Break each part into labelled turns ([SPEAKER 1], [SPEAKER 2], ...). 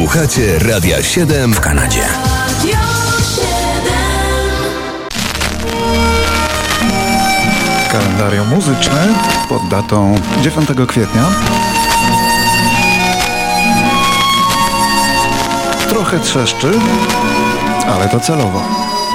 [SPEAKER 1] Słuchacie Radia 7 w Kanadzie.
[SPEAKER 2] Kalendarium muzyczne pod datą 9 kwietnia. Trochę trzeszczy, ale to celowo.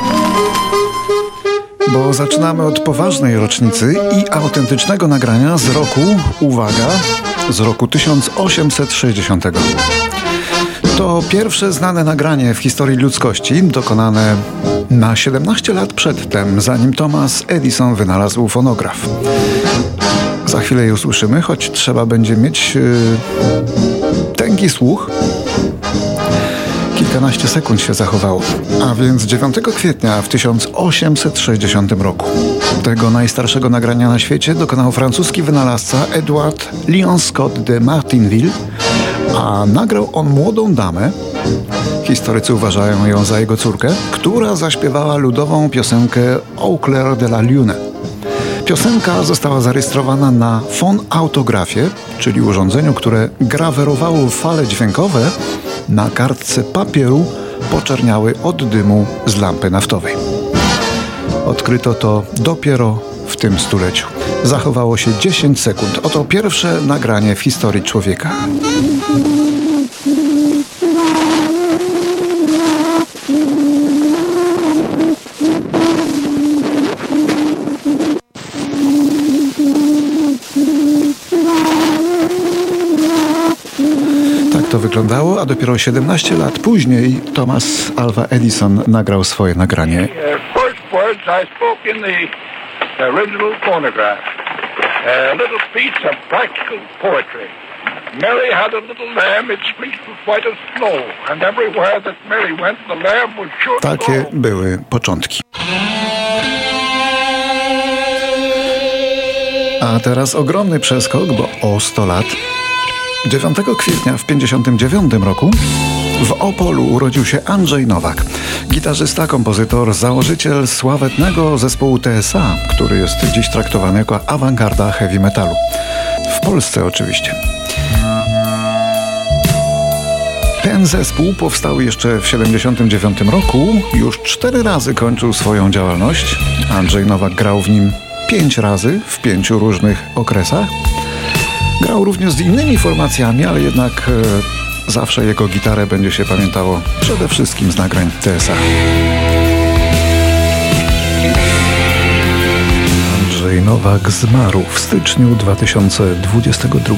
[SPEAKER 2] Bo zaczynamy od poważnej rocznicy i autentycznego nagrania z roku, uwaga, z roku 1860. To pierwsze znane nagranie w historii ludzkości, dokonane na 17 lat przedtem, zanim Thomas Edison wynalazł fonograf. Za chwilę je usłyszymy, choć trzeba będzie mieć tęgi słuch. Kilkanaście sekund się zachowało. A więc 9 kwietnia w 1860 roku. Tego najstarszego nagrania na świecie dokonał francuski wynalazca Edward Leon Scott de Martinville, a nagrał on młodą damę, historycy uważają ją za jego córkę, która zaśpiewała ludową piosenkę Au clair de la lune. Piosenka została zarejestrowana na fonautografie, czyli urządzeniu, które grawerowało fale dźwiękowe na kartce papieru poczerniały od dymu z lampy naftowej. Odkryto to dopiero w tym stuleciu. Zachowało się 10 sekund. Oto pierwsze nagranie w historii człowieka. To wyglądało, a dopiero 17 lat później Thomas Alva Edison nagrał swoje nagranie.
[SPEAKER 3] First words I spoke in the original phonograph. A little piece of practical poetry. Mary had a little lamb, its fleece was white as snow, and everywhere that Mary went, the lamb was sure to go.
[SPEAKER 2] Takie były początki. A teraz ogromny przeskok, bo o 100 lat. 9 kwietnia w 1959 roku w Opolu urodził się Andrzej Nowak, gitarzysta, kompozytor, założyciel sławetnego zespołu TSA, który jest dziś traktowany jako awangarda heavy metalu. W Polsce oczywiście. Ten zespół powstał jeszcze w 1979 roku, już 4 razy kończył swoją działalność. Andrzej Nowak grał w nim 5 razy w 5 różnych okresach. Grał również z innymi formacjami, ale jednak zawsze jego gitarę będzie się pamiętało przede wszystkim z nagrań TSA. Andrzej Nowak zmarł w styczniu 2022.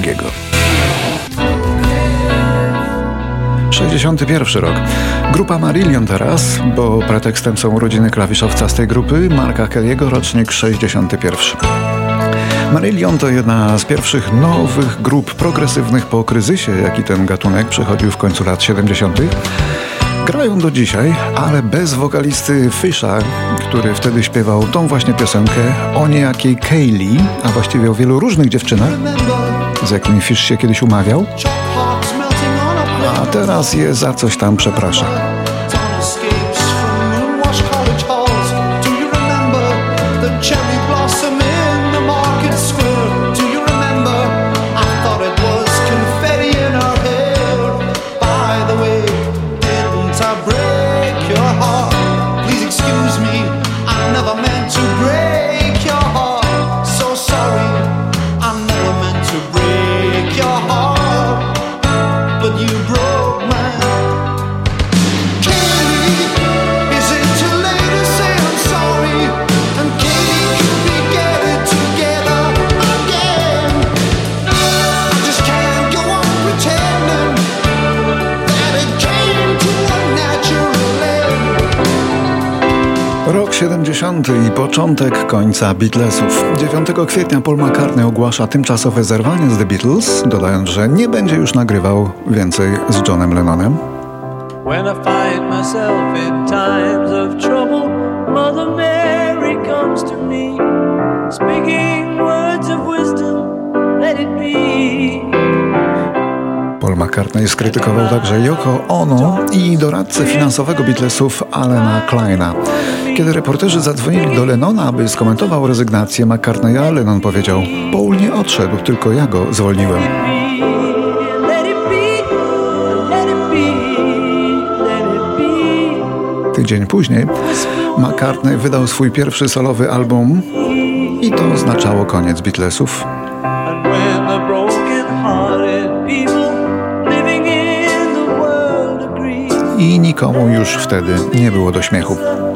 [SPEAKER 2] 61 rok. Grupa Marillion teraz, bo pretekstem są urodziny klawiszowca z tej grupy, Marka Kelly'ego, rocznik 61. Marillion to jedna z pierwszych nowych grup progresywnych po kryzysie, jaki ten gatunek przechodził w końcu lat 70. Grają do dzisiaj, ale bez wokalisty Fisha, który wtedy śpiewał tą właśnie piosenkę o niejakiej Kaylee, a właściwie o wielu różnych dziewczynach, z jakimi Fish się kiedyś umawiał, a teraz je za coś tam przeprasza. Rok 70. i początek końca Beatlesów. 9 kwietnia Paul McCartney ogłasza tymczasowe zerwanie z The Beatles, dodając, że nie będzie już nagrywał więcej z Johnem Lennonem. When I find myself in times of trouble, Mother Mary comes to me, speaking words of wisdom, let it be. Paul McCartney skrytykował także Yoko Ono i doradcę finansowego Beatlesów Alana Kleina. Kiedy reporterzy zadzwonili do Lennona, aby skomentował rezygnację McCartneya, Lennon powiedział: Paul nie odszedł, tylko ja go zwolniłem. Let it be, let it be. Tydzień później McCartney wydał swój pierwszy solowy album i to oznaczało koniec Beatlesów. I nikomu już wtedy nie było do śmiechu.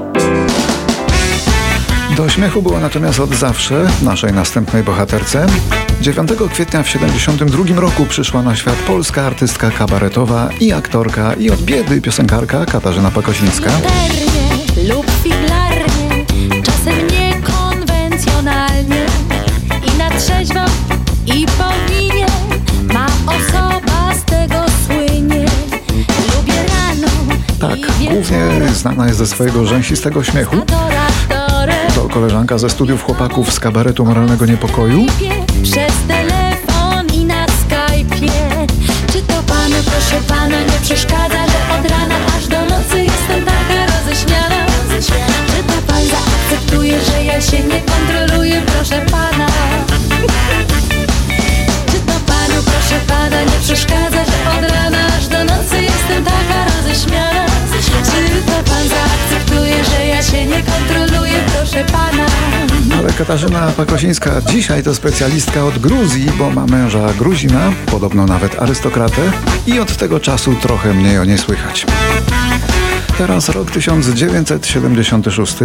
[SPEAKER 2] Do śmiechu było natomiast od zawsze naszej następnej bohaterce. 9 kwietnia w 1972 roku przyszła na świat polska artystka kabaretowa i aktorka i od biedy piosenkarka Katarzyna Pakosińska.
[SPEAKER 4] Lub figlarnie, czasem niekonwencjonalnie i na trzeźwo i powinien ma osoba z tego słynie. Lubię rano.
[SPEAKER 2] Tak, głównie znana jest ze swojego rzęsistego śmiechu. To koleżanka ze studiów chłopaków z kabaretu Moralnego Niepokoju.
[SPEAKER 4] Przez telefon i na Skype'ie. Czy to panu, proszę pana, nie przeszkadza, że od rana aż do nocy jestem taka roześmiana? Czy to pan zaakceptuje, że ja się nie kontroluję, proszę pana? Czy to panu, proszę pana, nie przeszkadza, że od rana aż do nocy jestem taka roześmiana? Czy to pan zaakceptuje, że ja się nie kontroluję, proszę pana?
[SPEAKER 2] Ale Katarzyna Pakosińska dzisiaj to specjalistka od Gruzji, bo ma męża Gruzina, podobno nawet arystokratę, i od tego czasu trochę mniej o niej słychać. Teraz rok 1976.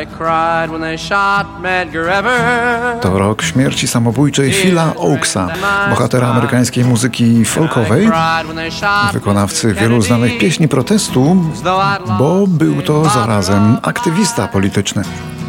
[SPEAKER 2] To rok śmierci samobójczej Phila Oakesa, bohatera amerykańskiej muzyki folkowej, wykonawcy wielu znanych pieśni protestu, bo był to zarazem aktywista polityczny.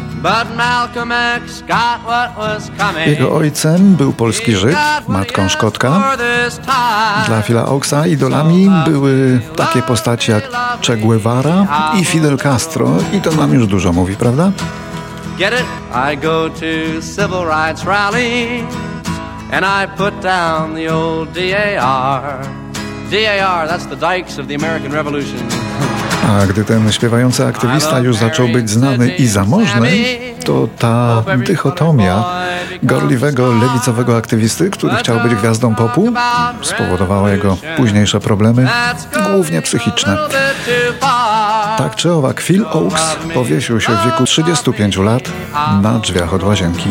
[SPEAKER 2] Jego ojcem był polski Żyd, matką Szkotka. Dla Phila Oakesa idolami były takie postaci jak Che Guevara i Fidel Castro i to nam już dużo mówi, prawda?
[SPEAKER 5] Get it? I go to civil rights rallies and I put down the old DAR. DAR, that's the dykes of the American Revolution.
[SPEAKER 2] A gdy ten śpiewający aktywista już zaczął być znany i zamożny, to ta dychotomia gorliwego, lewicowego aktywisty, który chciał być gwiazdą popu, spowodowała jego późniejsze problemy, głównie psychiczne. Tak czy owak, Phil Oakes powiesił się w wieku 35 lat na drzwiach od łazienki.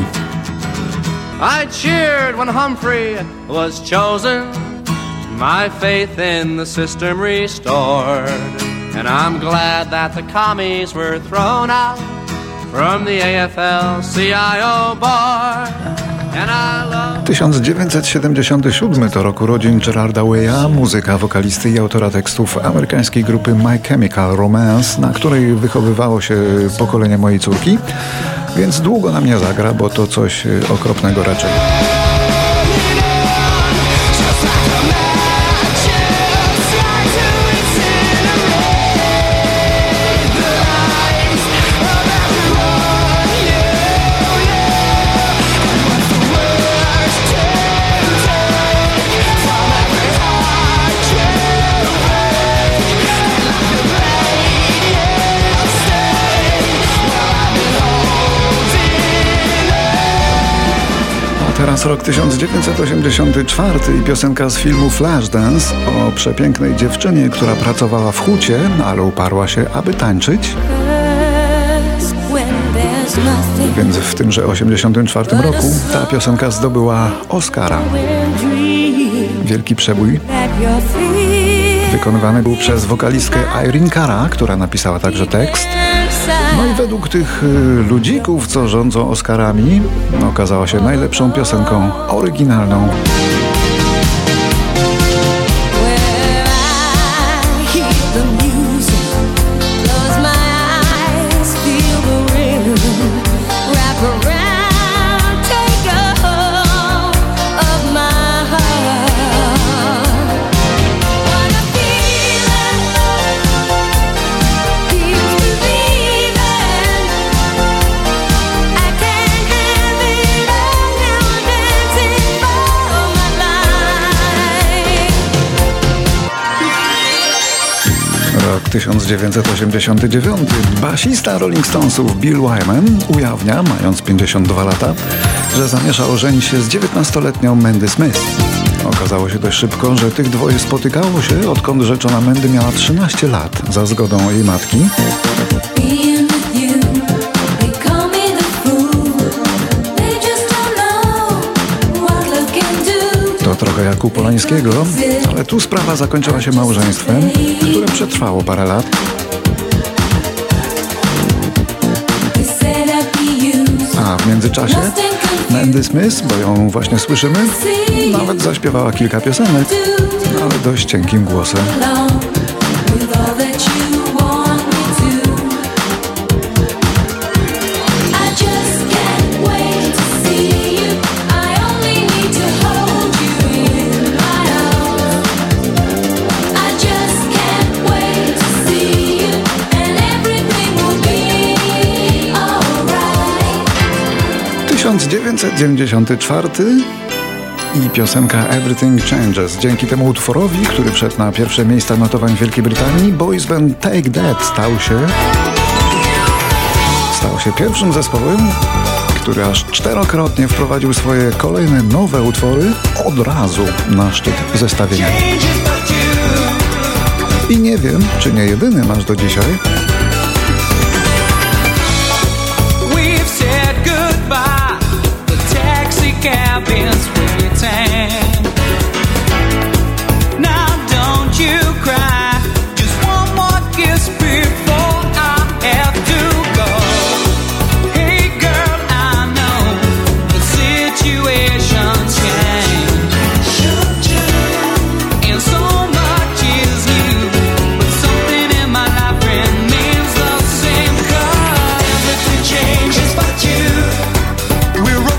[SPEAKER 5] I cheered when Humphrey was chosen, my faith in the system restored. And I'm glad that the commies were thrown out from the AFL-CIO board. And I love...
[SPEAKER 2] 1977 to rok urodzin Gerarda Waya, muzyka, wokalisty i autora tekstów amerykańskiej grupy My Chemical Romance, na której wychowywało się pokolenie mojej córki, więc długo na mnie zagra, bo to coś okropnego raczej. Teraz rok 1984 i piosenka z filmu Flashdance o przepięknej dziewczynie, która pracowała w hucie, ale uparła się, aby tańczyć. Więc w tymże 1984 roku ta piosenka zdobyła Oscara. Wielki przebój. Wykonywany był przez wokalistkę Irene Cara, która napisała także tekst. No i według tych ludzików, co rządzą Oscarami, okazała się najlepszą piosenką oryginalną. Rok 1989. Basista Rolling Stonesów Bill Wyman ujawnia, mając 52 lata, że zamierza ożenić się z 19-letnią Mandy Smith. Okazało się dość szybko, że tych dwoje spotykało się, odkąd rzeczona Mandy miała 13 lat, za zgodą jej matki. To trochę jak u Polańskiego, ale tu sprawa zakończyła się małżeństwem, które przetrwało parę lat. A w międzyczasie Mandy Smith, bo ją właśnie słyszymy, nawet zaśpiewała kilka piosenek, ale dość cienkim głosem. Rok 1994 i piosenka Everything Changes. Dzięki temu utworowi, który wszedł na pierwsze miejsca notowań w Wielkiej Brytanii, boys band Take That stał się pierwszym zespołem, który aż 4-krotnie wprowadził swoje kolejne nowe utwory od razu na szczyt zestawienia. I nie wiem, czy nie jedyny masz do dzisiaj.
[SPEAKER 6] Cabins waiting. Now don't you cry. Just one more kiss before I have to go. Hey girl, I know the situation's changed, and so much is new, but something in my life remains the same. 'Cause everything changes but you. We're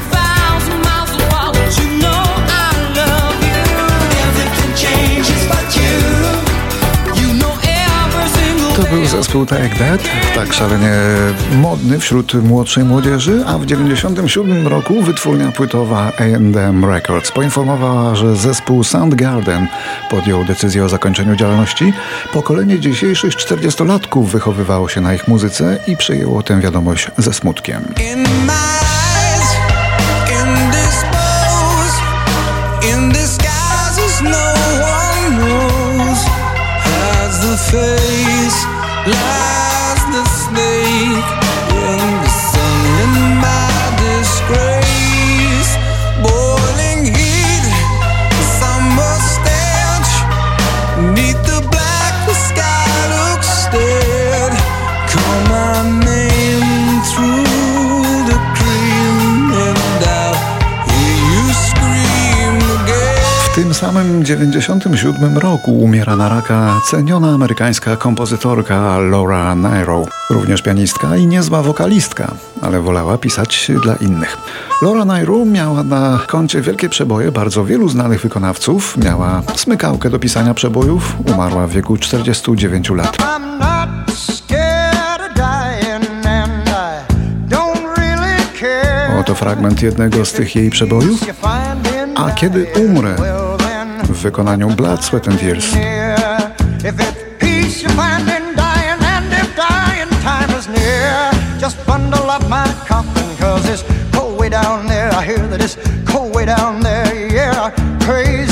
[SPEAKER 2] To był zespół Take That, tak szalenie modny wśród młodszej młodzieży, a w 1997 roku wytwórnia płytowa A&M Records poinformowała, że zespół Soundgarden podjął decyzję o zakończeniu działalności. Pokolenie dzisiejszych 40-latków wychowywało się na ich muzyce i przyjęło tę wiadomość ze smutkiem.
[SPEAKER 6] Lies the snake in the sun in my disgrace. Boiling heat, summer stench. Neath the black, the sky looks dead. Call my name through the cream and I'll hear you scream again.
[SPEAKER 2] W tym samym 1997 roku umiera na raka ceniona amerykańska kompozytorka Laura Nyro, również pianistka i niezła wokalistka, ale wolała pisać dla innych. Laura Nyro miała na koncie wielkie przeboje bardzo wielu znanych wykonawców, miała smykałkę do pisania przebojów, umarła w wieku 49 lat. Oto fragment jednego z tych jej przebojów. A kiedy umrę, w wykonaniu Blood, Sweat and Tears.
[SPEAKER 7] Just bundle up my coffin, 'cause it's cold way down there. I hear that it's cold way down there. Yeah, praise